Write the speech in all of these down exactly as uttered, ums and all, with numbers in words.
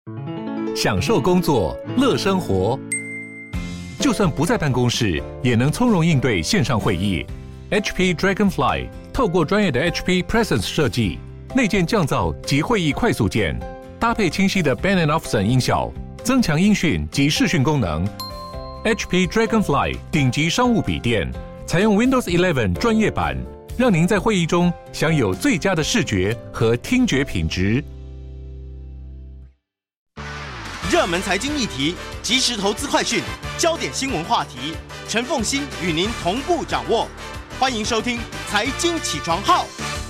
享受工作，乐生活。就算不在办公室，也能从容应对线上会议。H P Dragonfly 透过专业的 H P Presence 设计，内建降噪及会议快速键，搭配清晰的 Bang and Olufsen 音效，增强音讯及视讯功能。H P Dragonfly 顶级商务笔电，采用 Windows 十一专业版，让您在会议中享有最佳的视觉和听觉品质。 热门财经议题、即时投资快讯、焦点新闻话题，陈凤馨与您同步掌握。欢迎收听《财经起床号》。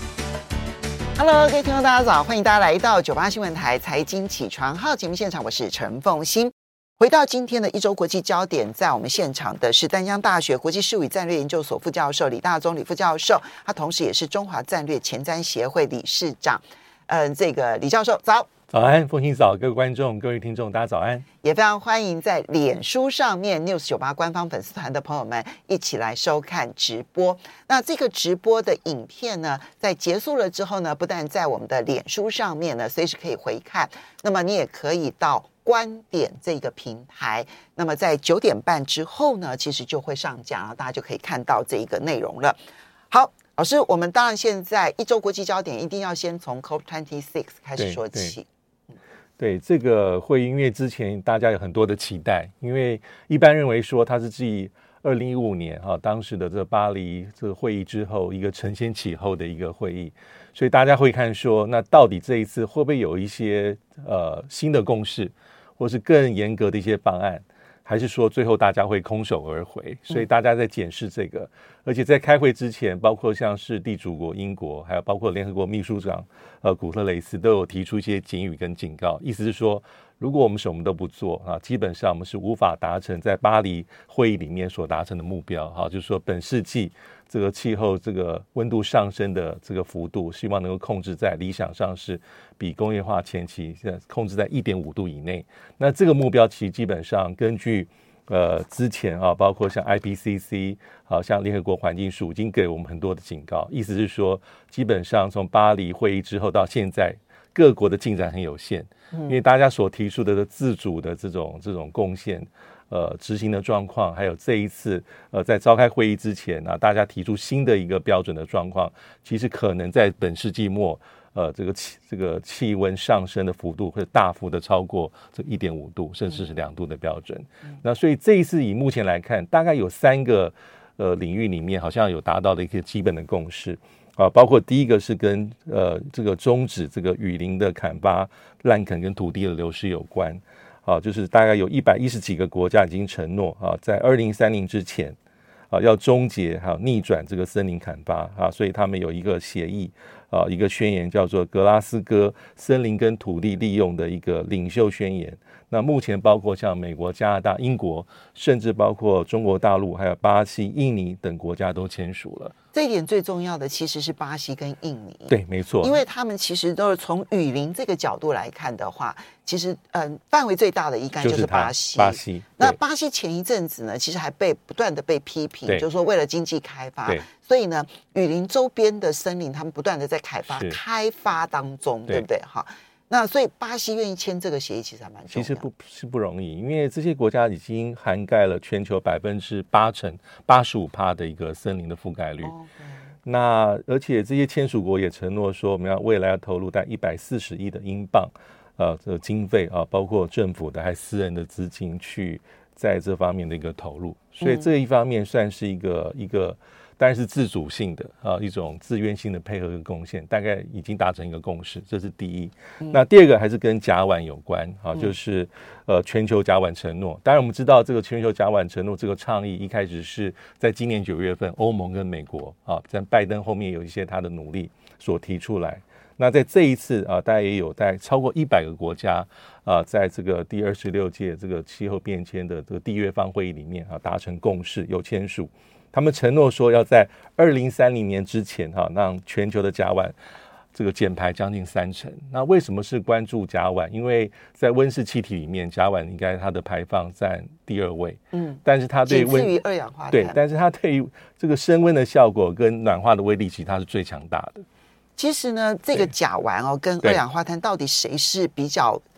Hello， 各位听众大家早，欢迎大家来到九八新闻台财经起床号节目现场，我是陈凤馨。回到今天的一周国际焦点，在我们现场的是淡江大学国际事务与战略研究所副教授李大宗李副教授，他同时也是中华战略前瞻协会理事长。嗯，这个李教授早。 早安，凤馨早，各位观众、各位听众，大家早安！ 也非常欢迎在脸书上面 News 九八官方粉丝团的朋友们一起来收看直播。那这个直播的影片呢，在结束了之后呢，不但在我们的脸书上面呢，随时可以回看，那么你也可以到观点这个平台，那么在九点半之后呢，其实就会上架，然后大家就可以看到这一个内容了。好。老师，我们当然现在一周国际焦点一定要先从 C O P 二十六 开始说起。 对，这个会议，因为之前大家有很多的期待，因为一般认为说它是继二零一五年哈、啊、当时的这巴黎这个会议之后一个承先启后的一个会议，所以大家会看说，那到底这一次会不会有一些呃新的共识，或是更严格的一些方案？还是说最后大家会空手而回？所以大家在检视这个，而且在开会之前，包括像是地主国英国，还有包括联合国秘书长呃古特雷斯都有提出一些警语跟警告，意思是说，如果我们什么都不做啊，基本上我们是无法达成在巴黎会议里面所达成的目标。哈、啊，就是说本世纪这个气候这个温度上升的这个幅度，希望能够控制在理想上是比工业化前期现在控制在 一点五度以内。那这个目标其实基本上根据呃之前啊，包括像 I P C C 好、啊、像联合国环境署已经给我们很多的警告，意思是说基本上从巴黎会议之后到现在，各国的进展很有限，因为大家所提出的自主的这种这种贡献。呃，执行的状况，还有这一次，呃，在召开会议之前啊，大家提出新的一个标准的状况，其实可能在本世纪末，呃，这个气这个气温上升的幅度会大幅的超过这 一点五度，甚至是两度的标准。嗯、那所以这一次以目前来看，大概有三个呃领域里面好像有达到的一些基本的共识啊，包括第一个是跟呃这个终止这个雨林的砍伐、滥垦跟土地的流失有关。啊，就是大概有一百一十几个国家已经承诺啊，在二零三零之前啊，要终结还有逆转这个森林砍伐啊，所以他们有一个协议啊，一个宣言叫做格拉斯哥森林跟土地利用的一个领袖宣言。那目前包括像美国、加拿大、英国，甚至包括中国大陆、还有巴西、印尼等国家都签署了。 这一点最重要的其实是巴西跟印尼， 对，没错， 因为他们其实都是从雨林这个角度来看的话，其实嗯、呃，范围最大的应该就是巴西。 巴西， 那巴西前一阵子呢，其实还被不断的被批评，就是说为了经济开发，所以呢，雨林周边的森林他们不断的在开发开发当中，对不对？哈。那所以巴西愿意签这个协议，其实还蛮重要的。 其实不是不容易，因为这些国家已经涵盖了全球百分之八成、八十五趴的一个森林的覆盖率。Oh, okay. 那而且这些签署国也承诺说，我们要未来要投入在一百四十亿的英镑，呃，这个经费啊，包括政府的还私人的资金去在这方面的一个投入。所以这一方面算是一个、嗯、一个。当然是自主性的啊，一种自愿性的配合跟贡献，大概已经达成一个共识，这是第一。嗯、那第二个还是跟甲烷有关啊，就是呃全球甲烷承诺。当然我们知道这个全球甲烷承诺这个倡议一开始是在今年九月份，欧盟跟美国啊，在拜登后面有一些他的努力所提出来。那在这一次啊，大概也有在超过一百个国家啊，在这个第二十六届这个气候变迁的这个缔约方会议里面啊，达成共识，有签署。他们承诺说要在二零三零年之前哈、啊，让全球的甲烷这个减排将近三成。那为什么是关注甲烷？因为在温室气体里面，甲烷应该它的排放占第二位，嗯，但是它对温仅次于二氧化碳， 对，但是它对于这个升温的效果跟暖化的威力，其实它是最强大的。 其实呢，这个甲烷哦跟二氧化碳到底谁是比较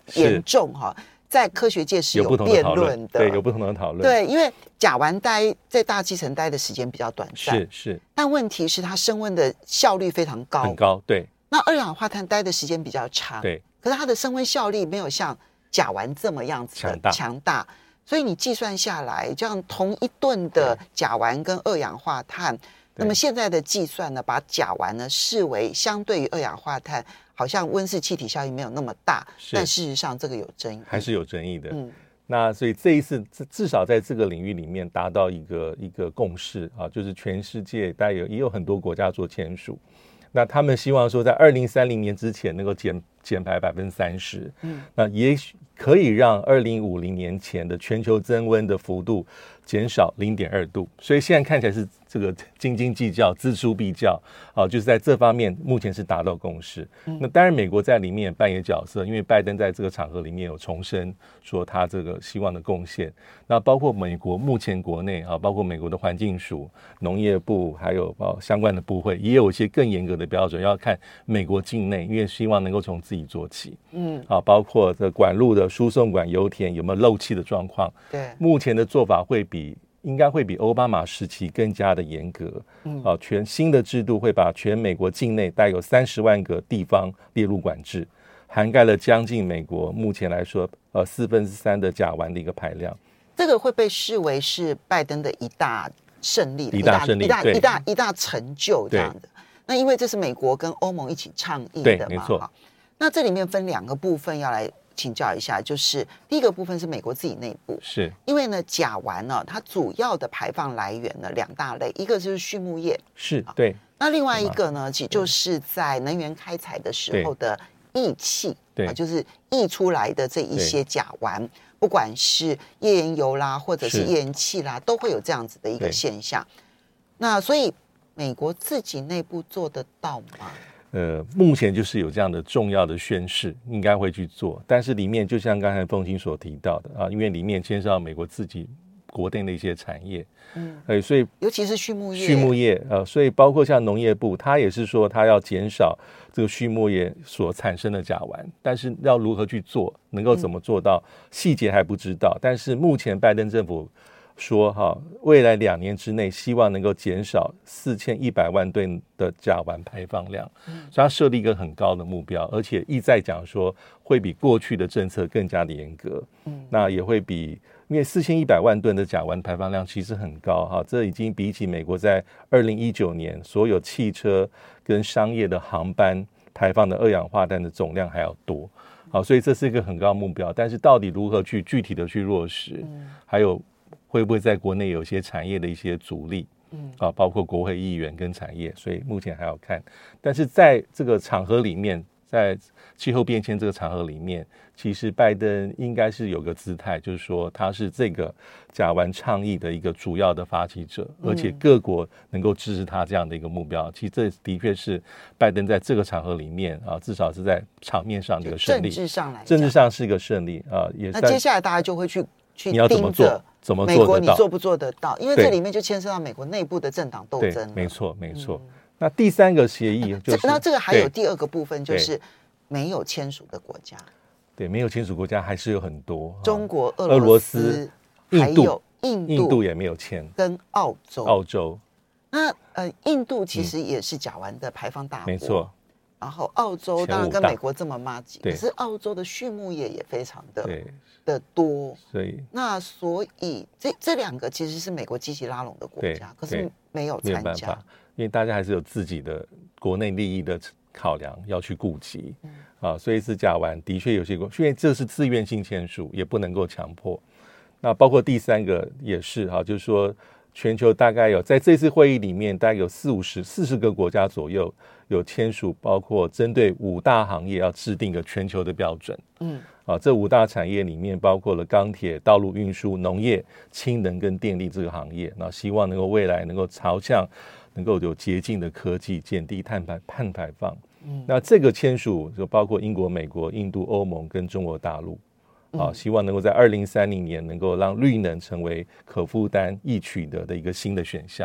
严重哈，在科学界是有辩论的， 对，有不同的讨论。 对，因为甲烷待在大气层待的时间比较短暂， 是是， 但问题是它升温的效率非常高， 很高。对， 那二氧化碳待的时间比较长， 对， 可是它的升温效率没有像甲烷这么样子的强大，强大，所以你计算下来，这样同一吨的甲烷跟二氧化碳。那么现在的计算呢，把甲烷呢视为相对于二氧化碳，好像温室气体效应没有那么大，但事实上这个有争议， 还是有争议的。 嗯， 那所以这一次至少在这个领域里面达到一个一个共识啊，就是全世界大概有也有很多国家做签署，那他们希望说在二零三零年之前能够减减排百分之三十，嗯，那也许可以让二零五零年前的全球增温的幅度减少零点二度，所以现在看起来是这个斤斤计较、锱铢必较啊，就是在这方面目前是达到共识。嗯、那当然，美国在里面扮演角色，因为拜登在这个场合里面有重申说他这个希望的贡献。那包括美国目前国内啊，包括美国的环境署、农业部，还有包括相关的部会，也有一些更严格的标准，要看美国境内，因为希望能够从自己做起。嗯，啊，包括这管路的输送管、油田有没有漏气的状况。 对， 目前的做法会比。应该会比奥巴马时期更加的严格，嗯，啊，全新的制度会把全美国境内带有三十万个地方列入管制，涵盖了将近美国目前来说，呃，四分之三的甲烷的一个排量。 这个会被视为是拜登的一大胜利， 一大胜利， 一大一大一大成就这样的。那因为这是美国跟欧盟一起倡议的嘛， 没错。 那这里面分两个部分要来请教一下，就是第一个部分是美国自己内部， 是因为呢甲烷呢，它主要的排放来源呢两大类，一个就是畜牧业， 是对， 那另外一个呢，其实就是在能源开采的时候的溢气， 对、 啊，就是溢出来的这一些甲烷，不管是页岩油啦，或者是页岩气啦，都会有这样子的一个现象。那所以美国自己内部做得到吗？ 呃，目前就是有这样的重要的宣示，应该会去做。但是里面就像刚才凤馨所提到的啊，因为里面牵涉到美国自己国内的一些产业，嗯，呃，所以尤其是畜牧业， 畜牧业呃，所以包括像农业部，它也是说它要减少这个畜牧业所产生的甲烷，但是要如何去做，能够怎么做到，细节还不知道。但是目前拜登政府说哈，未来两年之内希望能够减少四千一百万吨的甲烷排放量，嗯、所以他设立一个很高的目标，而且一再讲说会比过去的政策更加的严格。嗯，那也会比，因为四千一百万吨的甲烷排放量其实很高哈，这已经比起美国在二零一九年所有汽车跟商业的航班排放的二氧化碳的总量还要多。好，所以这是一个很高的目标，但是到底如何去具体的去落实，嗯、还有会不会在国内有些产业的一些阻力，嗯，啊，包括国会议员跟产业，所以目前还要看。但是在这个场合里面，在气候变迁这个场合里面，其实拜登应该是有个姿态，就是说他是这个甲烷倡议的一个主要的发起者，而且各国能够支持他这样的一个目标。其实这的确是拜登在这个场合里面啊，至少是在场面上的一个胜利， 政治上来， 政治上是一个胜利啊。也那接下来大家就会去。去你要怎么做？怎么做得到？ 美国你做不做得到？因为这里面就牵涉到美国内部的政党斗争了。 没错，没错。嗯、那第三个协议就是， 那这个还有第二个部分，就是没有签署的国家。 对，没有签署国家还是有很多， 中国、 俄罗斯、 印度、印度、印度也没有签， 跟澳洲。 澳洲。 那呃，印度其实也是甲烷的排放大国， 没错。 然后澳洲当然跟美国这么麻吉，可是澳洲的畜牧业也非常的的多， 所以那所以这这两个其实是美国积极拉拢的国家，可是没有参加， 因为大家还是有自己的国内利益的考量要去顾及，嗯、啊，所以是甲烷的确有些国，因为这是自愿性签署，也不能够强迫。那包括第三个也是哈、啊，就是说。全球大概有在这次会议里面，大概有四五十、四十个国家左右有签署，包括针对五大行业要制定一个全球的标准。嗯，啊，这五大产业里面包括了钢铁、道路运输、农业、氢能跟电力这个行业。那希望能够未来能够朝向能够有洁净的科技，减低碳排碳排放。嗯，那这个签署就包括英国、美国、印度、欧盟跟中国大陆。啊，希望能够在二零三零年能够让绿能成为可负担、易取得的一个新的选项。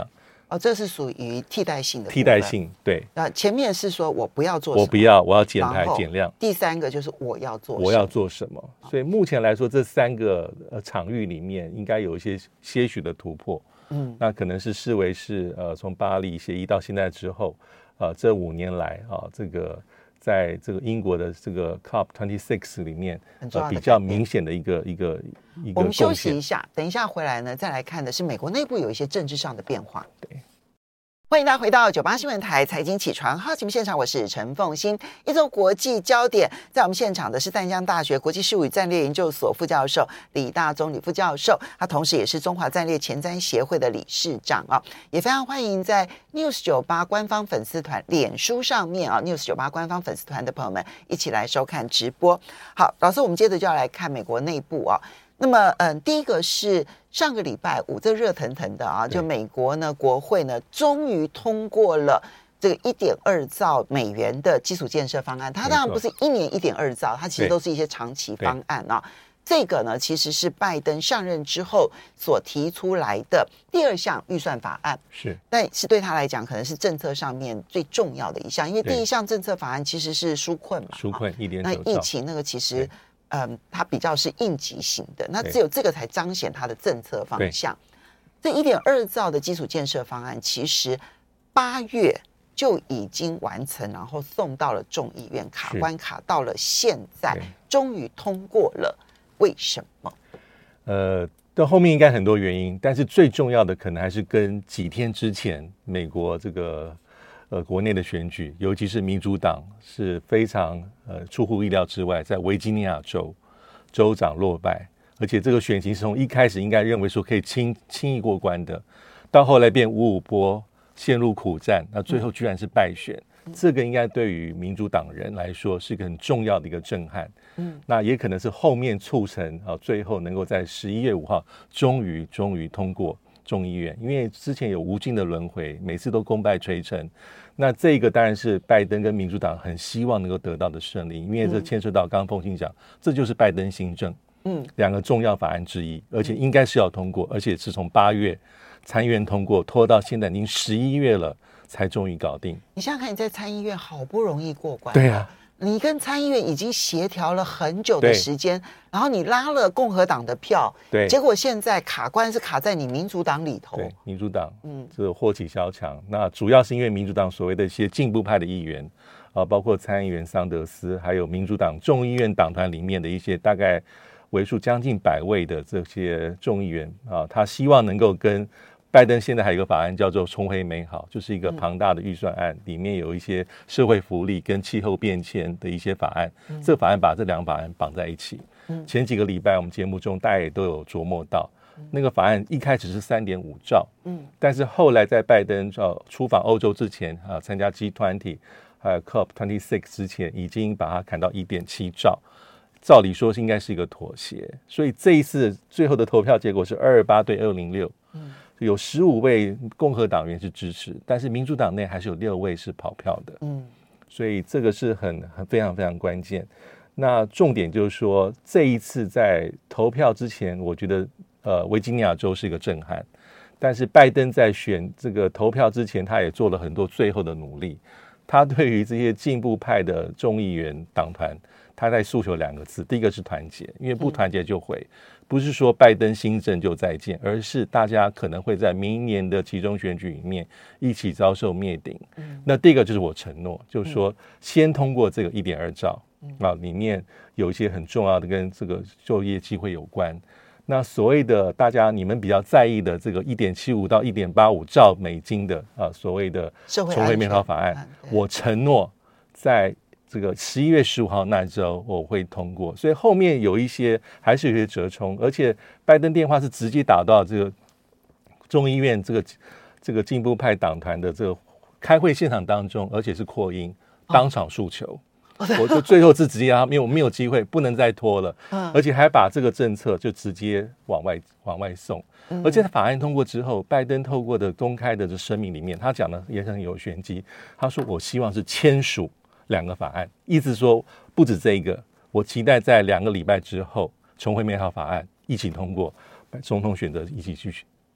哦，这是属于替代性的替代性，对。 那前面是说我不要做什么， 我不要，我要减排减量。 第三个就是我要做什么， 我要做什么。所以目前来说，这三个呃场域里面应该有一些些许的突破。嗯，那可能是视为是呃从巴黎协议到现在之后，呃这五年来啊，这个在这个英国的这个 C O P 二十六 里面呃比较明显的一个一个一个。 我们休息一下，等一下回来呢，再来看的是美国内部有一些政治上的变化。 对。 欢迎大家回到九八新闻台财经起床号节目现场，我是陈凤馨。一周国际焦点，在我们现场的是淡江大学国际事务与战略研究所副教授李大宗李副教授，他同时也是中华战略前瞻协会的理事长啊，也非常欢迎在 News 九八官方粉丝团脸书上面啊 News 九八官方粉丝团的朋友们一起来收看直播。好，老师，我们接着就要来看美国内部啊。那么，嗯，第一个是上个礼拜五，这热腾腾的啊，就美国呢，国会呢，终于通过了这个一点二兆美元的基础建设方案。它当然不是一年一点二兆，它其实都是一些长期方案啊。这个呢，其实是拜登上任之后所提出来的第二项预算法案， 是， 但是对他来讲，可能是政策上面最重要的一项，因为第一项政策法案其实是纾困嘛， 纾困一点九兆， 那疫情那个其实。嗯，它比较是应急型的，那只有这个才彰显它的政策方向。这一点二兆的基础建设方案，其实八月就已经完成，然后送到了众议院卡关，卡到了现在，终于通过了。为什么？呃， 到后面应该很多原因，但是最重要的可能还是跟几天之前美国这个。呃，国内的选举，尤其是民主党是非常呃出乎意料之外，在维吉尼亚州州长落败，而且这个选情是从一开始应该认为说可以轻轻易过关的，到后来变五五波，陷入苦战，那最后居然是败选，嗯、这个应该对于民主党人来说是一个很重要的一个震撼。嗯，那也可能是后面促成啊，最后能够在十一月五号终于终于通过。众议院，因为之前有无尽的轮回，每次都功败垂成。那这个当然是拜登跟民主党很希望能够得到的胜利，因为这牵涉到刚刚凤馨讲，这就是拜登新政，嗯，两个重要法案之一，而且应该是要通过，而且是从八月参议院通过，拖到现在已经十一月了，才终于搞定。 你想想看，你在参议院好不容易过关， 对啊。 你跟参议院已经协调了很久的时间，然后你拉了共和党的票， 对， 结果现在卡关是卡在你民主党里头。 对，民主党，嗯，这个祸起萧墙。那主要是因为民主党所谓的一些进步派的议员啊，包括参议员桑德斯，还有民主党众议院党团里面的一些大概为数将近百位的这些众议员啊，他希望能够跟拜登现在还有一个法案叫做重回美好，就是一个庞大的预算案，嗯、里面有一些社会福利跟气候变迁的一些法案。嗯、这个法案把这两个法案绑在一起。嗯、前几个礼拜我们节目中大家也都有琢磨到，嗯、那个法案一开始是 三点五兆，嗯，但是后来在拜登呃出访欧洲之前啊，参加 G 二十 还有 C O P 二十六 之前，已经把它砍到 一点七兆。照理说是应该是一个妥协，所以这一次最后的投票结果是二二八对二零六。嗯，有十五位共和党员是支持，但是民主党内还是有六位是跑票的。嗯，所以这个是很很非常非常关键。那重点就是说，这一次在投票之前，我觉得呃维吉尼亚州是一个震撼，但是拜登在选这个投票之前，他也做了很多最后的努力。他对于这些进步派的众议员党团，他在诉求两个字，第一个是团结，因为不团结就毁。不是说拜登新政就再见，而是大家可能会在明年的期中选举里面一起遭受灭顶。嗯、那第一个就是我承诺，就是说先通过这个 一点二兆、嗯、啊，里面有一些很重要的跟这个就业机会有关。那所谓的大家你们比较在意的这个 一点七五到一点八五兆美金的啊所谓的重回美好法案，我承诺在这个十一月十五号那周我会通过，所以后面有一些还是有些折冲，而且拜登电话是直接打到这个众议院这个这个进步派党团的这个开会现场当中，而且是扩音，当场诉求。哦我就最后是直接让他没有没有机会，不能再拖了，嗯、而且还把这个政策就直接往外往外送。嗯、而且法案通过之后，拜登透过的公开的这声明里面，他讲的也很有玄机。他说：“我希望是签署两个法案，意思说不止这一个，我期待在两个礼拜之后重回美好法案一起通过，总统选择一起去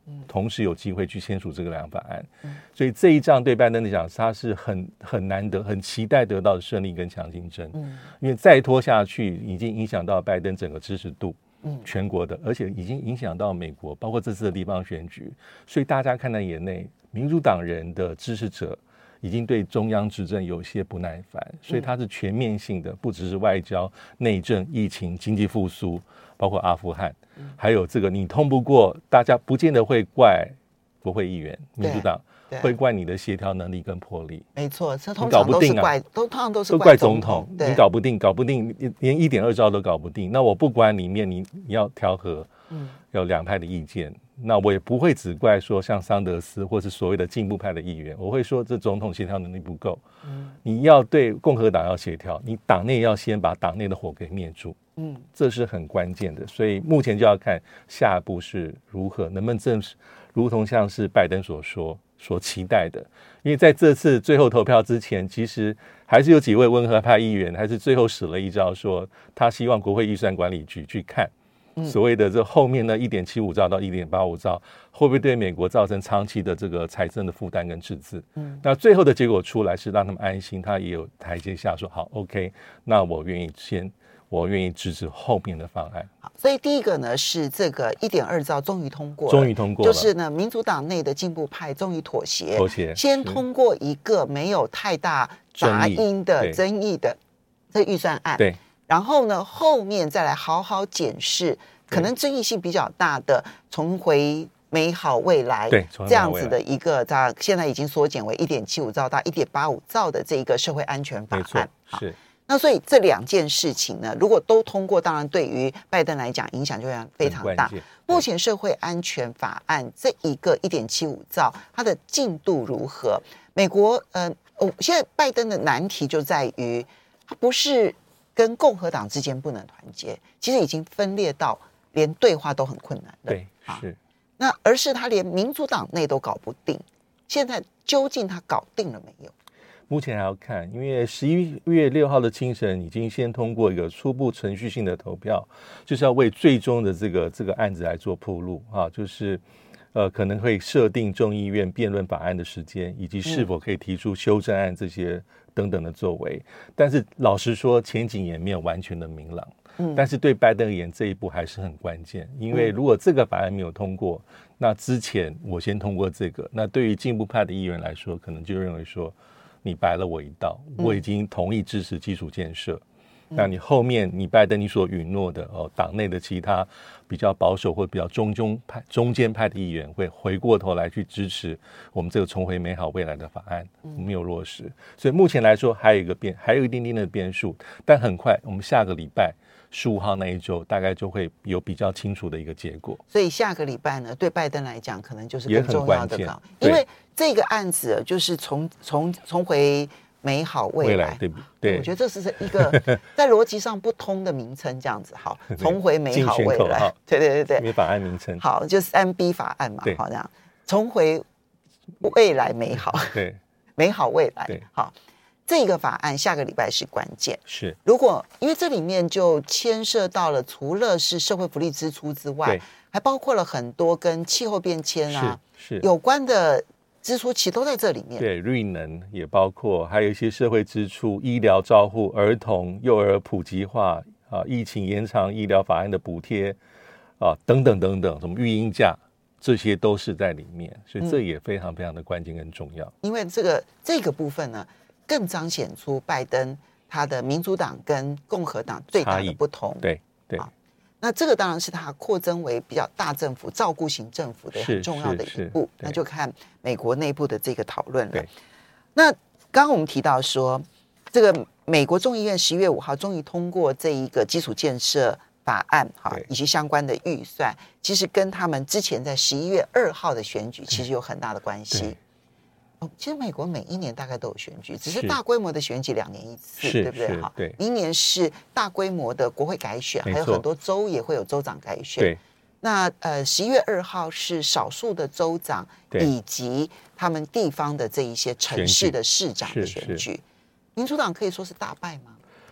同时有机会去签署这个两法案，嗯、所以这一仗对拜登来讲，他是很很难得、很期待得到的胜利跟强竞争。嗯，因为再拖下去，已经影响到拜登整个支持度，嗯，全国的，而且已经影响到美国，包括这次的地方选举，所以大家看在眼内，民主党人的支持者已经对中央执政有些不耐烦，所以它是全面性的，不只是外交、内政、疫情、经济复苏，包括阿富汗。还有这个你通不过，大家不见得会怪国会议员民主党，会怪你的协调能力跟魄力。 没错，这通常都是怪，啊、都通常都是怪总统，你搞不定，搞不定，连一点二兆都搞不定。那我不管里面你你要调和，嗯，有两派的意见，那我也不会只怪说像桑德斯或是所谓的进步派的议员，我会说这总统协调能力不够。嗯，你要对共和党要协调，你党内要先把党内的火给灭住。嗯，这是很关键的，所以目前就要看下一步是如何，能不能正式如同像是拜登所说所期待的。因为在这次最后投票之前，其实还是有几位温和派议员还是最后使了一招，说他希望国会预算管理局去看所谓的这后面呢 一点七五兆到 一点八五兆会不会对美国造成长期的这个财政的负担跟赤字。嗯，那最后的结果出来是让他们安心，他也有台阶下说好 OK， 那我愿意先我愿意支持后面的方案。 好，所以第一个呢是这个 一点二兆终于通过了， 终于通过了， 就是呢民主党内的进步派终于妥协， 妥协先通过一个没有太大杂音的争议的这预算案， 对， 然后呢后面再来好好检视可能争议性比较大的重回美好未来这样子的一个，它现在已经缩减为 一点七五兆到 一点八五兆的这一个社会安全法案。 是。 那所以这两件事情呢，如果都通过，当然对于拜登来讲影响就会非常大。目前社会安全法案这一个 一点七五兆，它的进度如何？美国呃，哦，现在拜登的难题就在于，他不是跟共和党之间不能团结，其实已经分裂到连对话都很困难了。 对，是。 啊，那而是他连民主党内都搞不定，现在究竟他搞定了没有？ 目前还要看，因为十一月六号的清晨已经先通过一个初步程序性的投票，就是要为最终的这个这个案子来做铺路啊，就是呃可能会设定众议院辩论法案的时间，以及是否可以提出修正案这些等等的作为。嗯、但是老实说，前景也没有完全的明朗。嗯，但是对拜登而言，这一步还是很关键，因为如果这个法案没有通过，那之前我先通过这个，那对于进步派的议员来说，可能就认为说，你白了我一道，我已经同意支持基础建设，嗯、那你后面你拜登你所允诺的哦，党内的其他比较保守或比较中中派、中间派的议员会回过头来去支持我们这个重回美好未来的法案，没有落实，所以目前来说还有一个变，还有一点点的变数，但很快我们下个礼拜十五号那一周大概就会有比较清楚的一个结果。 所以下个礼拜呢，对拜登来讲可能就是更重要的考，因为这个案子就是重重重回美好未来，未来对对，我觉得这是一个在逻辑上不通的名称，这样子好，重回美好未来，对对对对， 因为法案名称好，就是三 B 法案嘛，好这样，重回未来美好， 对， 美好未来，好。这个法案下个礼拜是关键， 是如果因为这里面就牵涉到了，除了是社会福利支出之外，还包括了很多跟气候变迁啊是是有关的支出，其实都在这里面。 对，绿能也包括，还有一些社会支出、医疗照护、儿童、幼儿普及化啊、疫情延长医疗法案的补贴啊等等等等，什么育婴假，这些都是在里面，所以这也非常非常的关键跟重要。 嗯、因为这个这个部分呢，更彰显出拜登他的民主党跟共和党最大的不同。 对对、 啊，那这个当然是他扩增为比较大政府、照顾型政府的很重要的一步。那就看美国内部的这个讨论了。那刚刚我们提到说，这个美国众议院十一月五号终于通过这一个基础建设法案，哈，以及相关的预算，其实跟他们之前在十一月二号的选举其实有很大的关系。其实美国每一年大概都有选举，只是大规模的选举两年一次，对不对？哈，对，明年是大规模的国会改选，还有很多州也会有州长改选。 对， 那呃，十一月二号是少数的州长以及他们地方的这一些城市的市长的选举。民主党可以说是大败吗？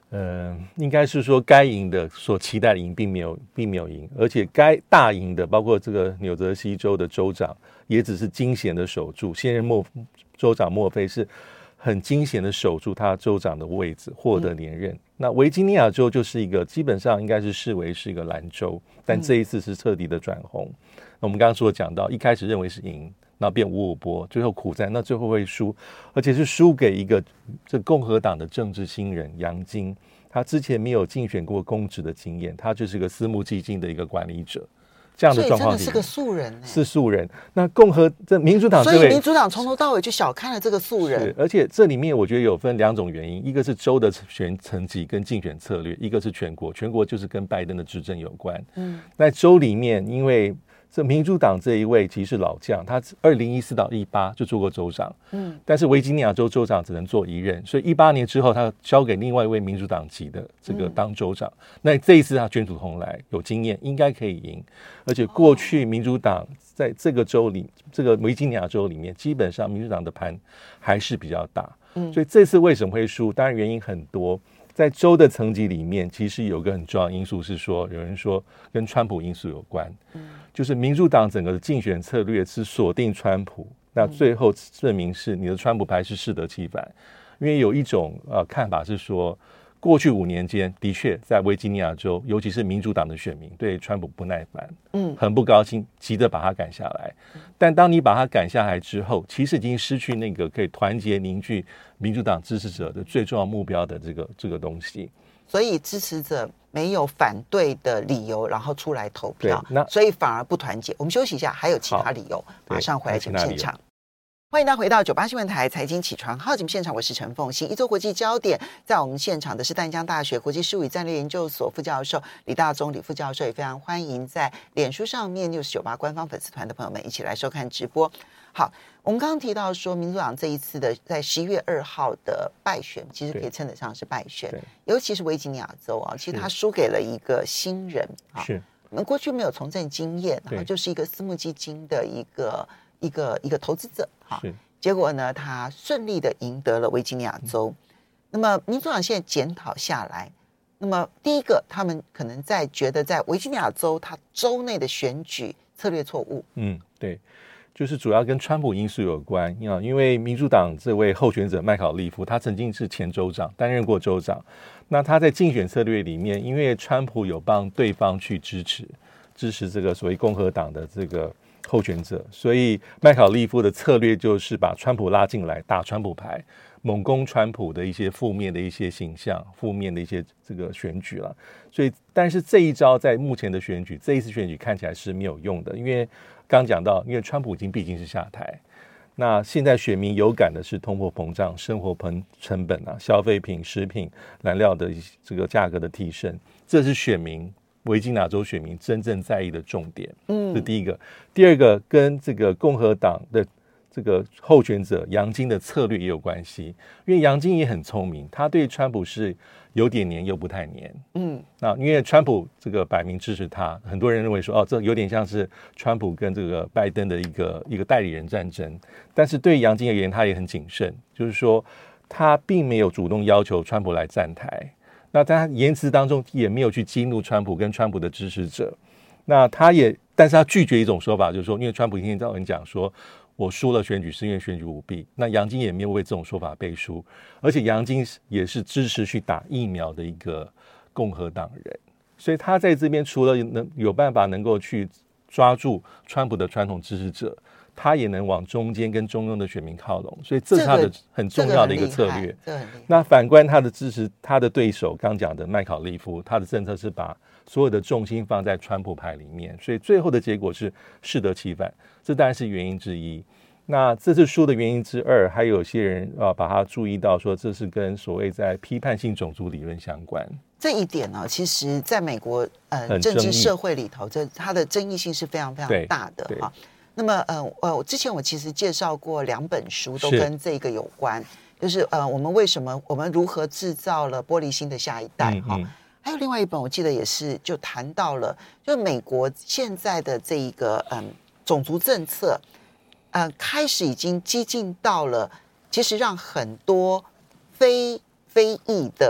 呃，应该是说该赢的所期待的赢并没有并没有赢，而且该大赢的，包括这个纽泽西州的州长，也只是惊险的守住。现任墨州长墨菲是很惊险的守住他州长的位置，获得连任。嗯、那维吉尼亚州就是一个基本上应该是视为是一个蓝州，但这一次是彻底的转红。嗯、那我们刚刚所讲到，一开始认为是赢。那变五五波，最后苦战，那最后会输，而且是输给一个这共和党的政治新人杨金，他之前没有竞选过公职的经验，他就是个私募基金的一个管理者，这样的状况所以真的是个素人、欸， 是素人。那共和这民主党这位， 所以民主党从头到尾就小看了这个素人， 而且这里面我觉得有分两种原因，一个是州的选层级跟竞选策略，一个是全国，全国就是跟拜登的执政有关。嗯，在州里面，因为这民主党这一位其实是老将，他二零一四到一八就做过州长，嗯，但是维吉尼亚州州长只能做一任，所以一八年之后他交给另外一位民主党籍的这个当州长。嗯、那这一次他卷土重来，有经验，应该可以赢。而且过去民主党在这个州里，这个维吉尼亚州里面，基本上民主党的盘还是比较大，嗯，所以这次为什么会输？当然原因很多。在州的层级里面，其实有个很重要的因素是说，有人说跟川普因素有关，嗯，就是民主党整个的竞选策略是锁定川普，那最后证明是你的川普牌是适得其反，因为有一种呃看法是说，过去五年间的确在维吉尼亚州，尤其是民主党的选民对川普不耐烦，嗯，很不高兴，急着把他赶下来。但当你把他赶下来之后，其实已经失去那个可以团结凝聚民主党支持者的最重要目标的这个这个东西。 所以支持者没有反对的理由，然后出来投票，所以反而不团结。我们休息一下，还有其他理由，马上回来节目现场。欢迎大家回到九八新闻台财经起床号节目现场，我是陈凤馨。一周国际焦点，在我们现场的是淡江大学国际事务与战略研究所副教授李大宗李副教授，也非常欢迎在脸书上面六十九八官方粉丝团的朋友们一起来收看直播。好，我们刚刚提到说，民主党这一次的在十一月二号的败选，其实可以称得上是败选，尤其是维吉尼亚州啊，其实他输给了一个新人啊，是我们过去没有从政经验，然后就是一个私募基金的一个。一个一个投资者，哈，结果呢，他顺利的赢得了维吉尼亚州。嗯、那么，民主党现在检讨下来，那么第一个，他们可能在觉得在维吉尼亚州，他州内的选举策略错误。 嗯，对，就是主要跟川普因素有关。因为民主党这位候选者麦考利夫，他曾经是前州长，担任过州长。那他在竞选策略里面，因为川普有帮对方去支持支持这个所谓共和党的这个。候选者，所以麦考利夫的策略就是把川普拉进来，打川普牌，猛攻川普的一些负面的一些形象，负面的一些这个选举了。所以，但是这一招在目前的选举，这一次选举看起来是没有用的，因为刚讲到，因为川普已经毕竟是下台，那现在选民有感的是通货膨胀、生活成本啊、消费品、食品、燃料的这个价格的提升，这是选民。维吉尼亚州选民真正在意的重点，嗯，是第一个。第二个跟这个共和党的这个候选者杨金的策略也有关系，因为杨金也很聪明，他对川普是有点黏又不太黏，嗯，那因为川普这个摆明支持他，很多人认为说，哦，这有点像是川普跟这个拜登的一个一个代理人战争，但是对杨金而言，他也很谨慎，就是说他并没有主动要求川普来站台。那他言辞当中也没有去激怒川普跟川普的支持者，那他也，但是他拒绝一种说法，就是说，因为川普一天到晚讲说，我输了选举是因为选举舞弊，那杨金也没有为这种说法背书，而且杨金也是支持去打疫苗的一个共和党人，所以他在这边除了能有办法能够去抓住川普的传统支持者。他也能往中间跟中庸的选民靠拢，所以这是他的很重要的一个策略。 这个、 那反观他的支持，他的对手刚讲的麦考利夫，他的政策是把所有的重心放在川普牌里面，所以最后的结果是适得其反，这当然是原因之一。那这次输的原因之二，还有些人啊把它注意到说，这是跟所谓在批判性种族理论相关。 这一点呢、哦，其实在美国呃政治社会里头，这它的争议性是非常非常大的哈。那么，呃，呃，之前我其实介绍过两本书，都跟这个有关，就是呃，我们为什么我们如何制造了玻璃心的下一代哈、嗯嗯。还有另外一本，我记得也是就谈到了，就美国现在的这一个嗯种族政策，呃，开始已经激进到了，其实让很多非非裔的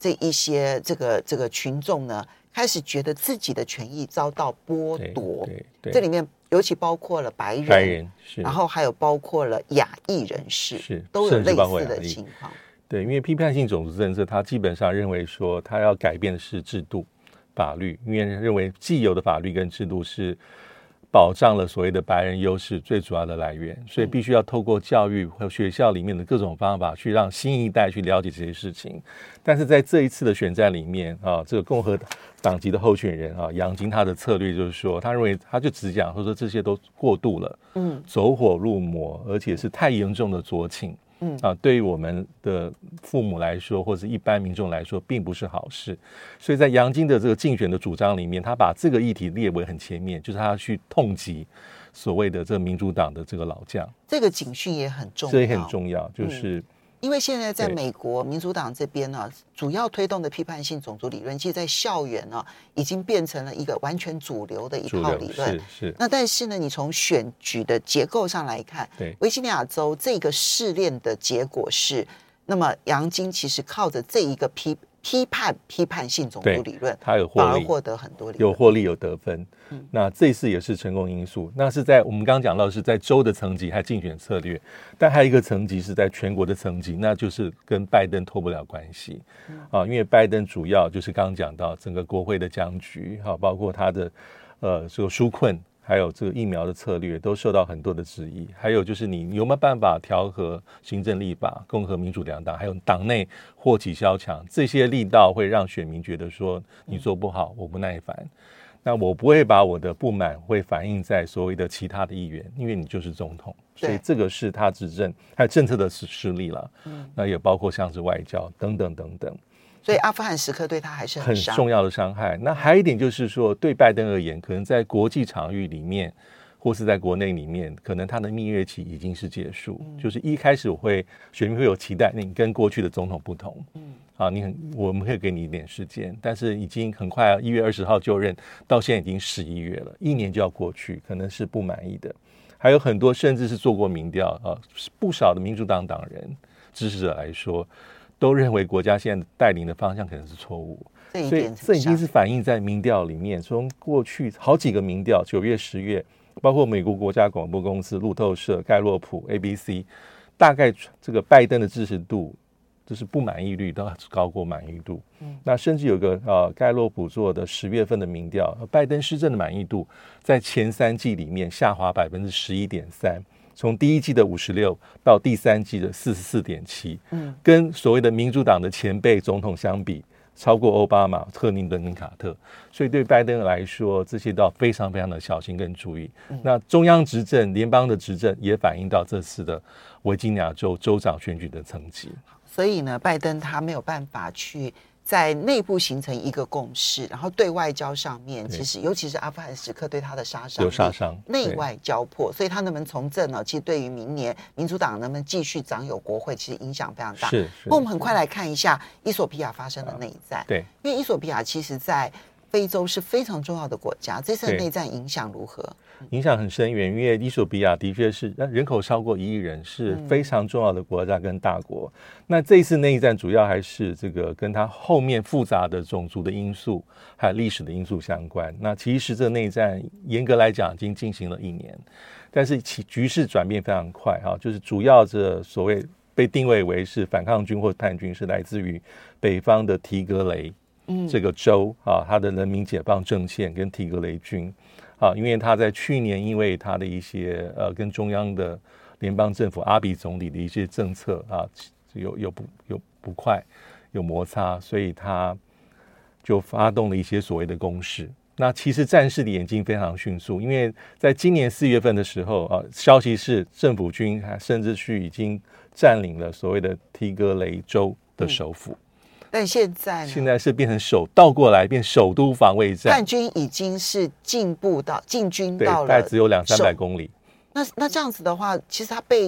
这一些这个这个群众呢，开始觉得自己的权益遭到剥夺。 对对对， 这里面尤其包括了白人， 白人是， 然后还有包括了亚裔人士， 是都有类似的情况。 对，因为批判性种族政策，它基本上认为说，它要改变的是制度、法律，因为认为既有的法律跟制度是保障了所谓的白人优势最主要的来源，所以必须要透过教育和学校里面的各种方法，去让新一代去了解这些事情。但是在这一次的选战里面啊，这个共和党籍的候选人啊，杨金他的策略就是说，他认为他就只讲说说这些都过度了，嗯，走火入魔，而且是太严重的酌情。嗯啊，对于我们的父母来说，或者一般民众来说，并不是好事。所以在杨金的这个竞选的主张里面，他把这个议题列为很前面，就是他要去痛击所谓的这个民主党的这个老将。 这个警讯也很重要， 这也很重要，就是。嗯， 因为现在在美国民主党这边呢，主要推动的批判性种族理论，其实在校园呢已经变成了一个完全主流的一套理论。 是是。 那但是呢，你从选举的结构上来看， 对维吉尼亚州这个试炼的结果是，那么杨金其实靠着这一个批批判批判性种族理论， 他有获利， 反而获得很多利， 有获利有得分。嗯，那这一次也是成功因素。那是在我们刚刚讲到的是在州的层级还竞选策略，但还有一个层级是在全国的层级，那就是跟拜登脱不了关系。嗯，啊，因为拜登主要就是刚刚讲到整个国会的僵局，哈，包括他的呃这个纾困，还有这个疫苗的策略都受到很多的质疑。还有就是你有没有办法调和行政立法、共和民主两党，还有党内祸起萧墙，这些力道会让选民觉得说你做不好，我不耐烦。那我不会把我的不满会反映在所谓的其他的议员，因为你就是总统，所以这个是他执政还有政策的失利了。嗯，那也包括像是外交等等等等。 所以阿富汗时刻对他还是 很, 很重要的伤害。那还有一点就是说，对拜登而言，可能在国际场域里面，或是在国内里面，可能他的蜜月期已经是结束。嗯，就是一开始我会选民会有期待，你跟过去的总统不同。嗯，啊，你很我们会给你一点时间，但是已经很快一月二十号就任，到现在已经十一月了，一年就要过去，可能是不满意的。还有很多甚至是做过民调啊，不少的民主党党人支持者来说，都认为国家现在带领的方向可能是错误，所以这已经是反映在民调里面。从过去好几个民调，九月、十月，包括美国国家广播公司、路透社、盖洛普、A B C， 大概这个拜登的支持度，就是不满意率都高过满意度。嗯，那甚至有个呃盖洛普做的十月份的民调，拜登施政的满意度在前三季里面下滑百分之十一点三。从第一季的五十六到第三季的四十四点七，嗯，跟所谓的民主党的前辈总统相比，超过奥巴马、特林顿跟卡特，所以对拜登来说，这些都要非常非常的小心跟注意。嗯，那中央执政、联邦的执政也反映到这次的维吉尼亚州州长选举的层级。 所以呢，拜登他没有办法去在内部形成一个共识，然后对外交上面，其实尤其是阿富汗时刻对他的杀伤有杀伤， 内外交迫，所以他能不能从政呢？其实对于明年民主党能不能继续掌有国会，其实影响非常大。 是， 那我们很快来看一下伊索比亚发生的内战。 对， 因为伊索比亚其实在非洲是非常重要的国家，这次的内战影响如何？ 影响很深远，因为伊索比亚的确是人口超过一亿人，是非常重要的国家跟大国。嗯，那这一次内战主要还是这个跟它后面复杂的种族的因素还有历史的因素相关。那其实这内战严格来讲已经进行了一年，但是其局势转变非常快哈，就是主要这所谓被定位为是反抗军或叛军是来自于北方的提格雷这个州啊，它的人民解放阵线跟提格雷军啊，因为他在去年因为他的一些呃跟中央的联邦政府阿比总理的一些政策啊有有不有不快有摩擦，所以他就发动了一些所谓的攻势。那其实战事的演进非常迅速，因为在今年四月份的时候啊，消息是政府军甚至去已经占领了所谓的提格雷州的首府。嗯， 但现在呢？ 现在是变成首倒过来变首都防卫战， 叛军已经是进步到进军到了， 大概只有两三百公里。 那那这样子的话，其实他被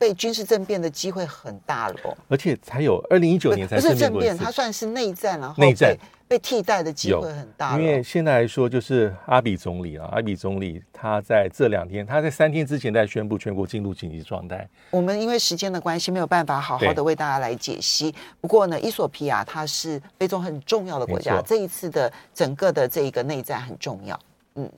被军事政变的机会很大了、哦， 而且才有二零一九年才不是政变，它算是内战，然后内战被替代的机会很大了。 因为现在来说，就是阿比总理啊，阿比总理他在这两天，他在三天之前在宣布全国进入紧急状态。 我们因为时间的关系，没有办法好好的为大家来解析。不过呢，伊索比亚它是非洲很重要的国家，这一次的整个的这一个内战很重要。